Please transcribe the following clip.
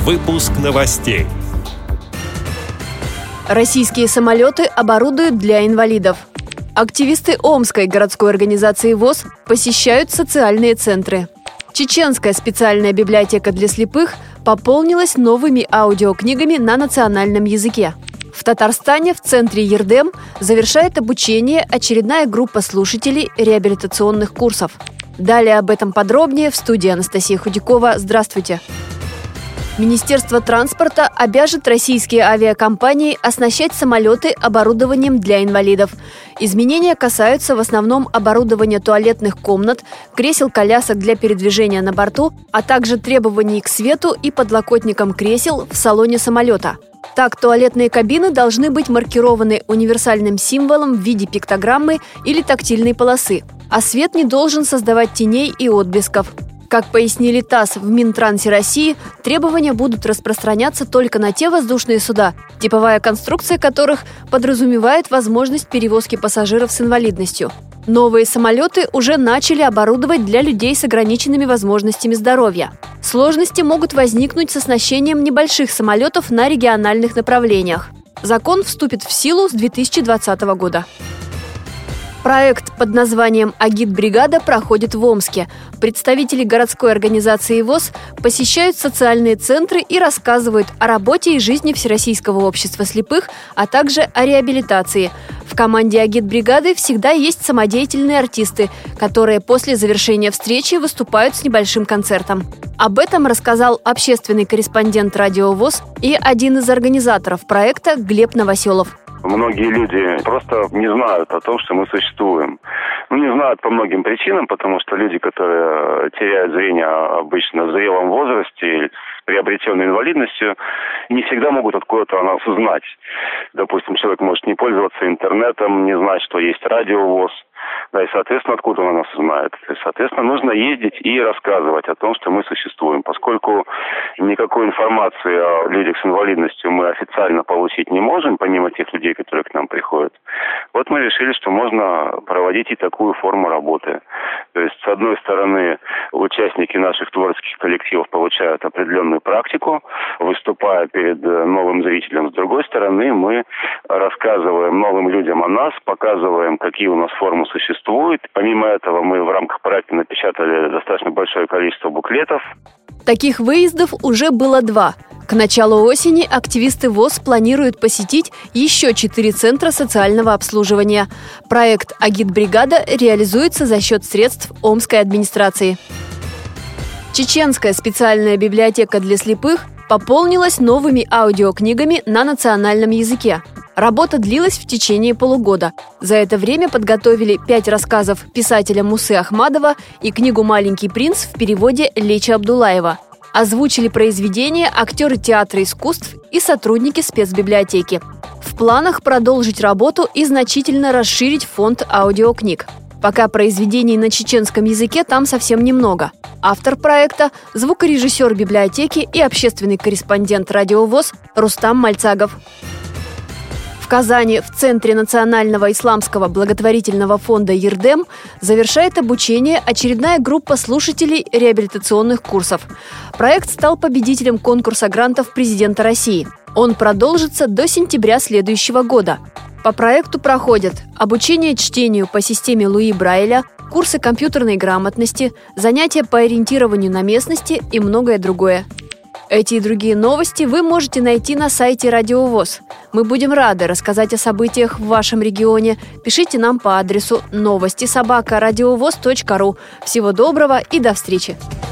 Выпуск новостей. Российские самолеты оборудуют для инвалидов. Активисты Омской городской организации ВОС посещают социальные центры. Чеченская специальная библиотека для слепых пополнилась новыми аудиокнигами на национальном языке. В Татарстане в центре Ердем завершает обучение очередная группа слушателей реабилитационных курсов. Далее об этом подробнее в студии Анастасия Худякова. Здравствуйте! Министерство транспорта обяжет российские авиакомпании оснащать самолеты оборудованием для инвалидов. Изменения касаются в основном оборудования туалетных комнат, кресел-колясок для передвижения на борту, а также требований к свету и подлокотникам кресел в салоне самолета. Так, туалетные кабины должны быть маркированы универсальным символом в виде пиктограммы или тактильной полосы, а свет не должен создавать теней и отблесков. Как пояснили ТАСС в Минтрансе России, требования будут распространяться только на те воздушные суда, типовая конструкция которых подразумевает возможность перевозки пассажиров с инвалидностью. Новые самолеты уже начали оборудовать для людей с ограниченными возможностями здоровья. Сложности могут возникнуть с оснащением небольших самолетов на региональных направлениях. Закон вступит в силу с 2020 года. Проект под названием «Агитбригада» проходит в Омске. Представители городской организации ВОС посещают социальные центры и рассказывают о работе и жизни Всероссийского общества слепых, а также о реабилитации. В команде «Агитбригады» всегда есть самодеятельные артисты, которые после завершения встречи выступают с небольшим концертом. Об этом рассказал общественный корреспондент радио ВОС и один из организаторов проекта Глеб Новоселов. Многие люди просто не знают о том, что мы существуем. Не знают по многим причинам, потому что люди, которые теряют зрение обычно в зрелом возрасте, с приобретенной инвалидностью, не всегда могут откуда-то о нас узнать. Допустим, человек может не пользоваться интернетом, не знать, что есть радио ВОС. Да, и, соответственно, откуда он нас узнает? И, соответственно, нужно ездить и рассказывать о том, что мы существуем. Поскольку никакой информации о людях с инвалидностью мы официально получить не можем, помимо тех людей, которые к нам приходят, вот мы решили, что можно проводить и такую форму работы. То есть, с одной стороны, участники наших творческих коллективов получают определенную практику, выступая перед новым зрителем. С другой стороны, мы рассказываем новым людям о нас, показываем, какие у нас формы существуют. Помимо этого, мы в рамках проекта напечатали достаточно большое количество буклетов. Таких выездов уже было 2. К началу осени активисты ВОС планируют посетить еще 4 центра социального обслуживания. Проект «Агитбригада» реализуется за счет средств Омской администрации. Чеченская специальная библиотека для слепых пополнилась новыми аудиокнигами на национальном языке. Работа длилась в течение полугода. За это время подготовили 5 рассказов писателя Мусы Ахмадова и книгу «Маленький принц» в переводе Лечи Абдулаева. Озвучили произведения актеры театра искусств и сотрудники спецбиблиотеки. В планах продолжить работу и значительно расширить фонд аудиокниг. Пока произведений на чеченском языке там совсем немного. Автор проекта – звукорежиссер библиотеки и общественный корреспондент радио ВОС Рустам Мальцагов. В Казани в Центре национального исламского благотворительного фонда «Ердем» завершает обучение очередная группа слушателей реабилитационных курсов. Проект стал победителем конкурса грантов президента России. Он продолжится до сентября следующего года. По проекту проходят обучение чтению по системе Луи Брайля, курсы компьютерной грамотности, занятия по ориентированию на местности и многое другое. Эти и другие новости вы можете найти на сайте Радио ВОС. Мы будем рады рассказать о событиях в вашем регионе. Пишите нам по адресу новости@радиовос.ру. Всего доброго и до встречи!